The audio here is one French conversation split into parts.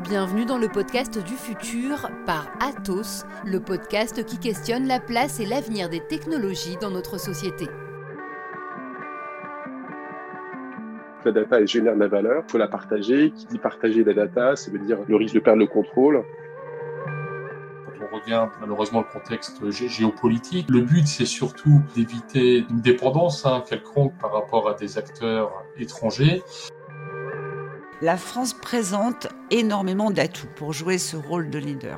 Bienvenue dans le podcast du futur par Atos, le podcast qui questionne la place et l'avenir des technologies dans notre société. La data, elle génère de la valeur, il faut la partager. Qui dit partager la data, ça veut dire le risque de perdre le contrôle. Quand on regarde malheureusement le contexte géopolitique, le but c'est surtout d'éviter une dépendance quelconque par rapport à des acteurs étrangers. La France présente énormément d'atouts pour jouer ce rôle de leader.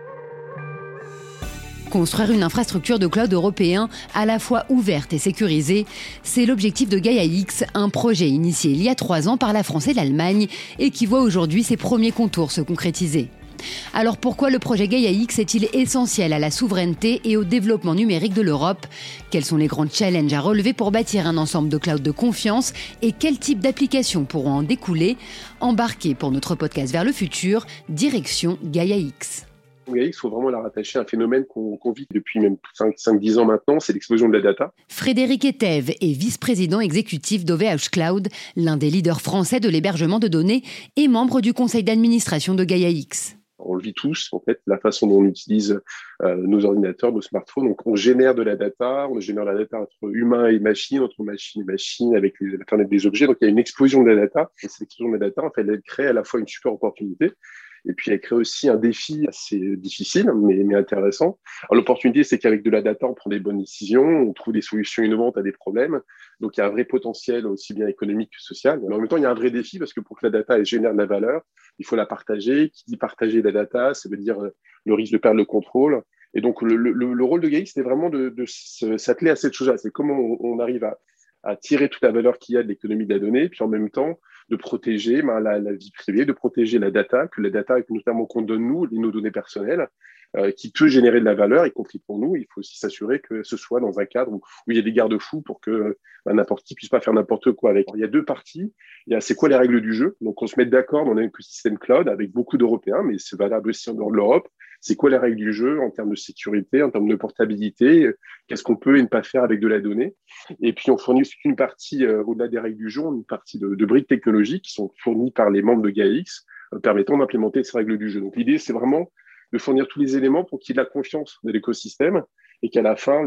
Construire une infrastructure de cloud européen à la fois ouverte et sécurisée, c'est l'objectif de Gaia-X, un projet initié il y a 3 ans par la France et l'Allemagne et qui voit aujourd'hui ses premiers contours se concrétiser. Alors pourquoi le projet Gaia-X est-il essentiel à la souveraineté et au développement numérique de l'Europe ? Quels sont les grands challenges à relever pour bâtir un ensemble de cloud de confiance et quel type d'applications pourront en découler ? Embarquez pour notre podcast vers le futur, direction Gaia-X. Gaia-X, il faut vraiment la rattacher à un phénomène qu'on vit depuis même 5-10 ans maintenant, c'est l'explosion de la data. Frédéric Etève est vice-président exécutif d'OVH Cloud, l'un des leaders français de l'hébergement de données et membre du conseil d'administration de Gaia-X. On le vit tous, en fait, la façon dont on utilise nos ordinateurs, nos smartphones. Donc, on génère de la data entre humains et machines, entre machines et machines, avec l'Internet des objets. Donc, il y a une explosion de la data. Et cette explosion de la data, en fait, elle crée à la fois une super opportunité, et puis elle crée aussi un défi assez difficile, mais intéressant. Alors, l'opportunité, c'est qu'avec de la data, on prend des bonnes décisions, on trouve des solutions innovantes à des problèmes. Donc, il y a un vrai potentiel aussi bien économique que social. Mais en même temps, il y a un vrai défi parce que pour que la data elle génère de la valeur, il faut la partager. Qui dit partager la data, ça veut dire le risque de perdre le contrôle. Et donc, le rôle de Gaia-X, c'était vraiment de s'atteler à cette chose-là. C'est comment on arrive à tirer toute la valeur qu'il y a de l'économie de la donnée, puis en même temps, de protéger la vie privée, de protéger la data, notamment qu'on donne nous, nos données personnelles, qui peut générer de la valeur, y compris pour nous. Il faut aussi s'assurer que ce soit dans un cadre où il y a des garde-fous pour que n'importe qui puisse pas faire n'importe quoi avec. Il y a 2 parties. Il y a c'est quoi les règles du jeu. Donc on se met d'accord dans un écosystème cloud avec beaucoup d'Européens, mais c'est valable aussi en dehors de l'Europe. C'est quoi les règles du jeu en termes de sécurité, en termes de portabilité, qu'est-ce qu'on peut et ne pas faire avec de la donnée. Et puis on fournit une partie, au-delà des règles du jeu, une partie de briques technologiques qui sont fournies par les membres de Gaia-X, permettant d'implémenter ces règles du jeu. Donc l'idée, c'est vraiment de fournir tous les éléments pour qu'il y ait de la confiance de l'écosystème et qu'à la fin,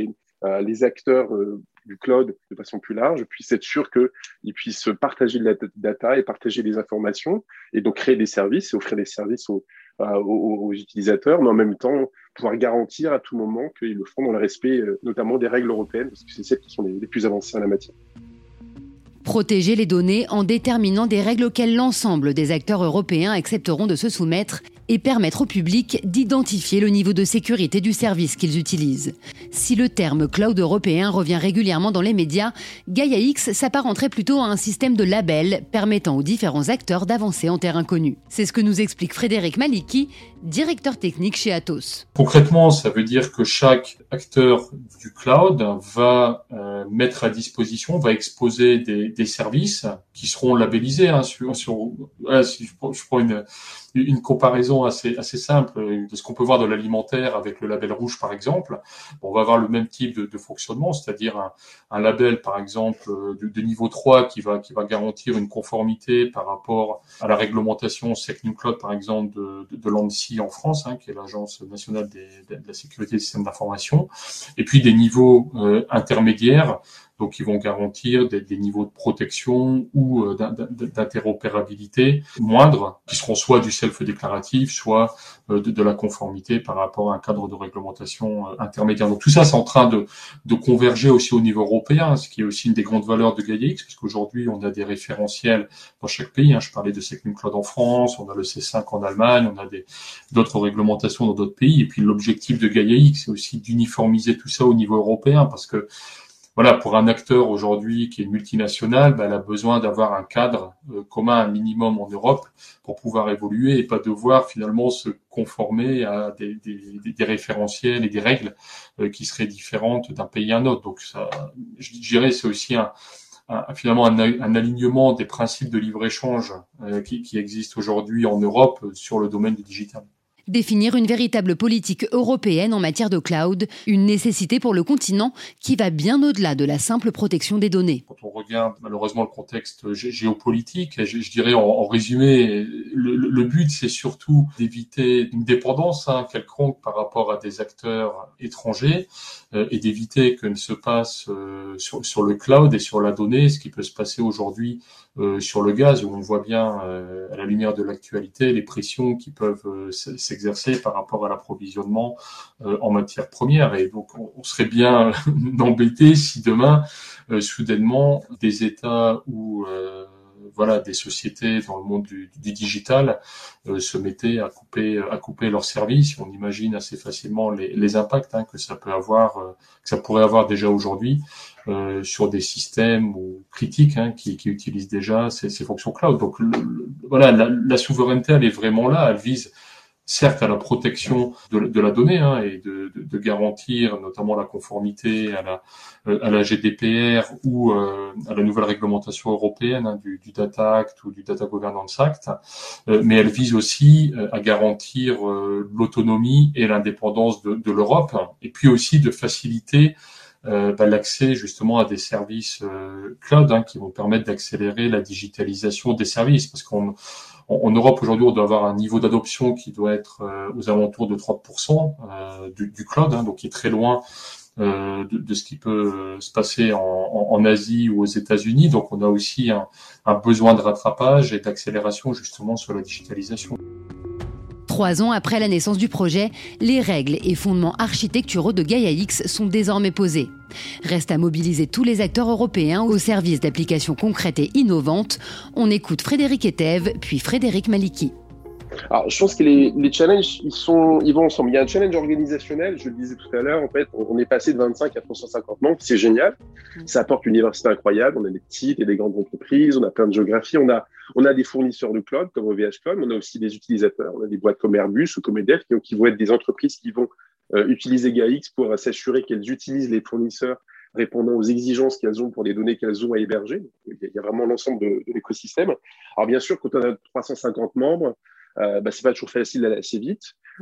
les acteurs du cloud de façon plus large puissent être sûrs qu'ils puissent partager de la data et partager des informations et donc créer des services et offrir des services aux utilisateurs, mais en même temps pouvoir garantir à tout moment qu'ils le font dans le respect notamment des règles européennes parce que c'est celles qui sont les plus avancées en la matière. Protéger les données en déterminant des règles auxquelles l'ensemble des acteurs européens accepteront de se soumettre et permettre au public d'identifier le niveau de sécurité du service qu'ils utilisent. Si le terme cloud européen revient régulièrement dans les médias, Gaia-X s'apparenterait plutôt à un système de labels permettant aux différents acteurs d'avancer en terrain connu. C'est ce que nous explique Frédéric Maliki, directeur technique chez Atos. Concrètement, ça veut dire que chaque acteur du cloud va mettre à disposition, va exposer des services qui seront labellisés. Voilà, si je prends une comparaison assez simple de ce qu'on peut voir de l'alimentaire avec le label rouge par exemple, on va avoir le même type de fonctionnement, c'est-à-dire un label par exemple de niveau 3 qui va garantir une conformité par rapport à la réglementation SecNumCloud par exemple de l'ANSSI en France, qui est l'Agence nationale de la sécurité des systèmes d'information, et puis des niveaux intermédiaires. Donc, ils vont garantir des niveaux de protection ou d'interopérabilité moindres, qui seront soit du self-déclaratif, soit de la conformité par rapport à un cadre de réglementation intermédiaire. Donc, tout ça, c'est en train de converger aussi au niveau européen, ce qui est aussi une des grandes valeurs de Gaia-X, parce qu'aujourd'hui, on a des référentiels dans chaque pays. Je parlais de SecNumCloud en France, on a le C5 en Allemagne, on a d'autres réglementations dans d'autres pays. Et puis, l'objectif de Gaia-X, c'est aussi d'uniformiser tout ça au niveau européen, parce que voilà, pour un acteur aujourd'hui qui est multinational, elle a besoin d'avoir un cadre commun, un minimum en Europe pour pouvoir évoluer et pas devoir finalement se conformer à des référentiels et des règles qui seraient différentes d'un pays à un autre. Donc ça, je dirais, c'est aussi finalement un alignement des principes de libre-échange qui existent aujourd'hui en Europe sur le domaine du digital. Définir une véritable politique européenne en matière de cloud, une nécessité pour le continent qui va bien au-delà de la simple protection des données. Quand on regarde malheureusement le contexte géopolitique, je dirais en résumé, le but, c'est surtout d'éviter une dépendance quelconque par rapport à des acteurs étrangers et d'éviter que ne se passe sur le cloud et sur la donnée ce qui peut se passer aujourd'hui sur le gaz, où on voit bien à la lumière de l'actualité les pressions qui peuvent s'exercer par rapport à l'approvisionnement en matières premières. Et donc on serait bien embêté si demain soudainement des États ou des sociétés dans le monde du digital se mettaient à couper leurs services. On imagine assez facilement les impacts que ça peut avoir, que ça pourrait avoir déjà aujourd'hui sur des systèmes ou critiques qui utilisent déjà ces fonctions cloud. Donc la souveraineté, elle est vraiment là. Elle vise certes à la protection de la donnée et de garantir notamment la conformité à la GDPR ou à la nouvelle réglementation européenne du Data Act ou du Data Governance Act, mais elle vise aussi à garantir l'autonomie et l'indépendance de l'Europe, et puis aussi de faciliter l'accès justement à des services cloud qui vont permettre d'accélérer la digitalisation des services, parce en Europe aujourd'hui, on doit avoir un niveau d'adoption qui doit être aux alentours de 30% du cloud, donc qui est très loin de ce qui peut se passer en Asie ou aux États-Unis. Donc on a aussi un besoin de rattrapage et d'accélération justement sur la digitalisation. 3 ans après la naissance du projet, les règles et fondements architecturaux de Gaia-X sont désormais posés. Reste à mobiliser tous les acteurs européens au service d'applications concrètes et innovantes. On écoute Frédéric Etève, puis Frédéric Maliki. Alors, je pense que les challenges, ils vont ensemble. Il y a un challenge organisationnel, je le disais tout à l'heure, en fait, on est passé de 25 à 350 membres, c'est génial. Ça apporte une diversité incroyable. On a des petites et des grandes entreprises, on a plein de géographies, on a des fournisseurs de cloud comme OVH Cloud, mais on a aussi des utilisateurs. On a des boîtes comme Airbus ou comme EDF qui vont être des entreprises qui vont utiliser Gaia-X pour s'assurer qu'elles utilisent les fournisseurs répondant aux exigences qu'elles ont pour les données qu'elles ont à héberger. Il y a vraiment l'ensemble de l'écosystème. Alors bien sûr, quand on a 350 membres, c'est pas toujours facile d'aller assez vite.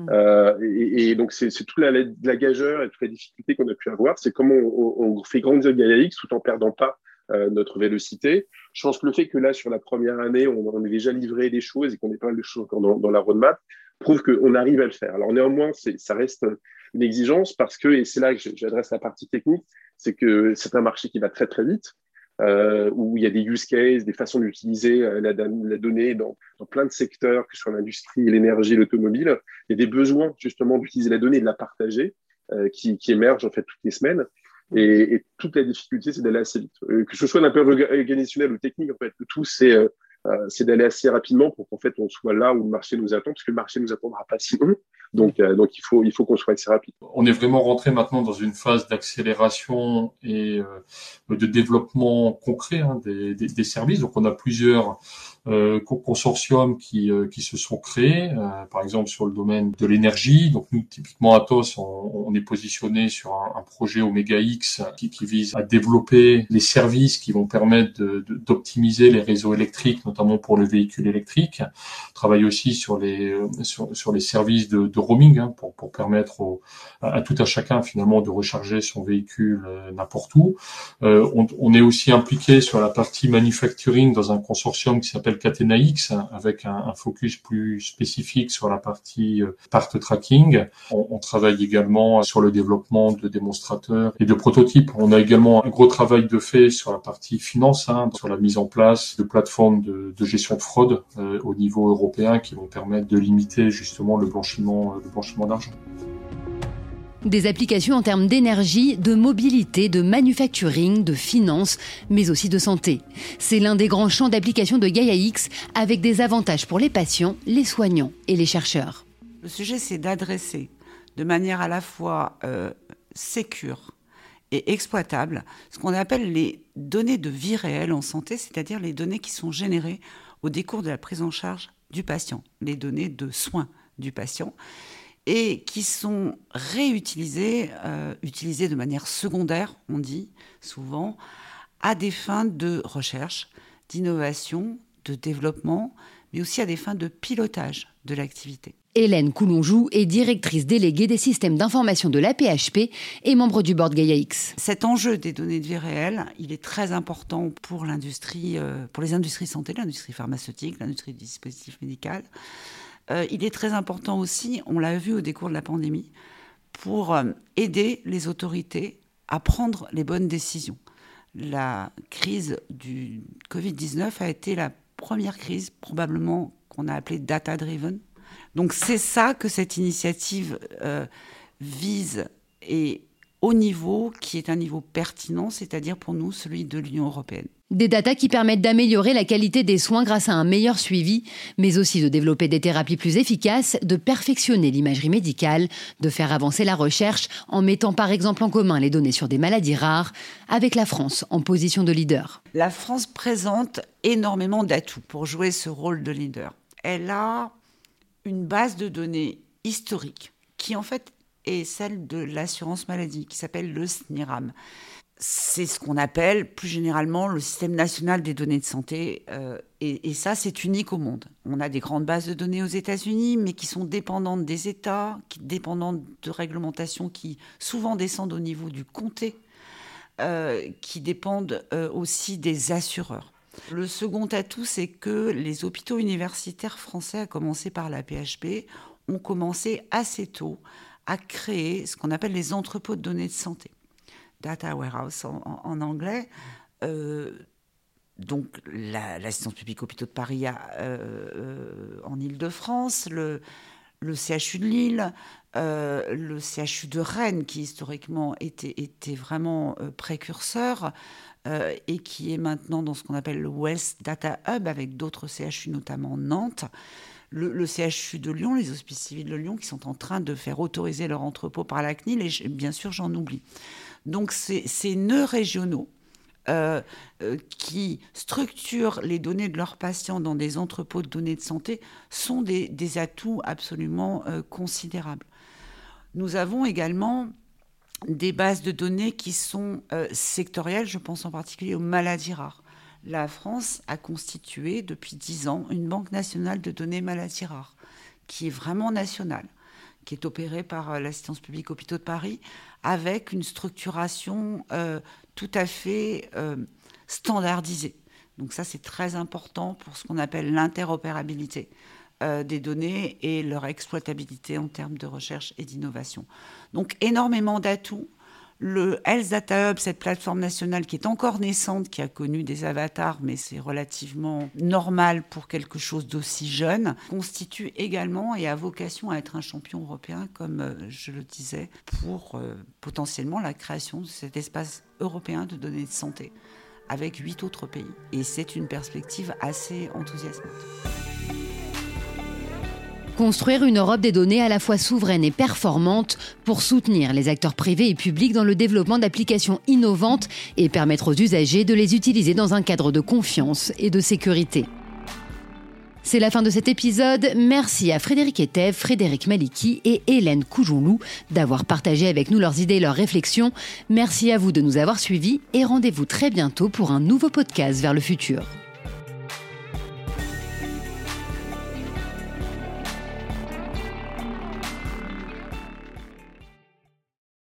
Et donc, c'est toute la gageure et toutes les difficultés qu'on a pu avoir. C'est comment on fait grandir Gaia-X tout en perdant pas notre vélocité. Je pense que le fait que là, sur la première année, on ait déjà livré des choses et qu'on ait pas mal de choses encore dans la roadmap, prouve qu'on arrive à le faire. Alors néanmoins, ça reste une exigence parce que, et c'est là que j'adresse la partie technique, c'est que c'est un marché qui va très très vite. Où il y a des use cases, des façons d'utiliser la donnée dans plein de secteurs, que ce soit l'industrie, l'énergie, l'automobile. Il y a des besoins justement d'utiliser la donnée et de la partager qui émergent en fait toutes les semaines. Et toute la difficulté, c'est d'aller assez vite. Que ce soit d'un point de vue organisationnel ou technique, en fait, le tout, c'est d'aller assez rapidement pour qu'en fait on soit là où le marché nous attend, parce que le marché nous attendra pas sinon. Donc il faut qu'on soit assez rapide. On est vraiment rentré maintenant dans une phase d'accélération et de développement concret des services. Donc on a plusieurs consortiums qui se sont créés, par exemple sur le domaine de l'énergie. Donc nous, typiquement Atos, on est positionné sur un projet Omega X qui vise à développer les services qui vont permettre d'optimiser les réseaux électriques, notamment pour le véhicule électrique. On travaille aussi sur les services de roaming pour permettre à tout à chacun finalement de recharger son véhicule n'importe où. On est aussi impliqué sur la partie manufacturing dans un consortium qui s'appelle Catena X, avec un focus plus spécifique sur la partie part tracking. On travaille également sur le développement de démonstrateurs et de prototypes. On a également un gros travail de fait sur la partie finance, sur la mise en place de plateformes de gestion de fraude au niveau européen qui vont permettre de limiter justement le blanchiment d'argent. Des applications en termes d'énergie, de mobilité, de manufacturing, de finance, mais aussi de santé. C'est l'un des grands champs d'application de Gaia-X, avec des avantages pour les patients, les soignants et les chercheurs. Le sujet, c'est d'adresser de manière à la fois sécure et exploitable ce qu'on appelle les données de vie réelle en santé, c'est-à-dire les données qui sont générées au décours de la prise en charge du patient, les données de soins du patient, et qui sont réutilisées, utilisées de manière secondaire, on dit souvent, à des fins de recherche, d'innovation, de développement, mais aussi à des fins de pilotage de l'activité. Hélène Coulonjou est directrice déléguée des systèmes d'information de l'AP-HP et membre du board Gaia-X. Cet enjeu des données de vie réelle, il est très important pour l'industrie, pour les industries santé, l'industrie pharmaceutique, l'industrie du dispositif médical. Il est très important aussi, on l'a vu au décours de la pandémie, pour aider les autorités à prendre les bonnes décisions. La crise du Covid-19 a été la première crise, probablement, qu'on a appelée data-driven. Donc c'est ça que cette initiative vise, et au niveau qui est un niveau pertinent, c'est-à-dire pour nous celui de l'Union européenne. Des datas qui permettent d'améliorer la qualité des soins grâce à un meilleur suivi, mais aussi de développer des thérapies plus efficaces, de perfectionner l'imagerie médicale, de faire avancer la recherche en mettant par exemple en commun les données sur des maladies rares, avec la France en position de leader. La France présente énormément d'atouts pour jouer ce rôle de leader. Elle a une base de données historique qui en fait est celle de l'assurance maladie, qui s'appelle le SNIRAM. C'est ce qu'on appelle plus généralement le système national des données de santé, et ça c'est unique au monde. On a des grandes bases de données aux États-Unis, mais qui sont dépendantes des États, dépendantes de réglementations qui souvent descendent au niveau du comté, qui dépendent aussi des assureurs. Le second atout, c'est que les hôpitaux universitaires français, à commencer par l'AP-HP, ont commencé assez tôt à créer ce qu'on appelle les entrepôts de données de santé. Data warehouse en anglais. Donc l'assistance publique hôpitaux de Paris en Île-de-France, le CHU de Lille, le CHU de Rennes, qui historiquement était vraiment précurseur, et qui est maintenant dans ce qu'on appelle le West Data Hub, avec d'autres CHU, notamment Nantes. Le CHU de Lyon, les hospices civils de Lyon, qui sont en train de faire autoriser leur entrepôt par la CNIL, et bien sûr j'en oublie. Donc ces nœuds régionaux qui structurent les données de leurs patients dans des entrepôts de données de santé sont des atouts absolument considérables. Nous avons également des bases de données qui sont sectorielles, je pense en particulier aux maladies rares. La France a constitué depuis 10 ans une banque nationale de données maladies rares, qui est vraiment nationale, qui est opérée par l'assistance publique hôpitaux de Paris, avec une structuration tout à fait standardisée. Donc ça, c'est très important pour ce qu'on appelle l'interopérabilité des données et leur exploitabilité en termes de recherche et d'innovation. Donc énormément d'atouts. Le Health Data Hub, cette plateforme nationale qui est encore naissante, qui a connu des avatars, mais c'est relativement normal pour quelque chose d'aussi jeune, constitue également et a vocation à être un champion européen, comme je le disais, pour potentiellement la création de cet espace européen de données de santé, avec 8 autres pays. Et c'est une perspective assez enthousiasmante. Construire une Europe des données à la fois souveraine et performante pour soutenir les acteurs privés et publics dans le développement d'applications innovantes et permettre aux usagers de les utiliser dans un cadre de confiance et de sécurité. C'est la fin de cet épisode. Merci à Frédéric Etève, Frédéric Maliki et Hélène Coulonjou d'avoir partagé avec nous leurs idées et leurs réflexions. Merci à vous de nous avoir suivis et rendez-vous très bientôt pour un nouveau podcast vers le futur.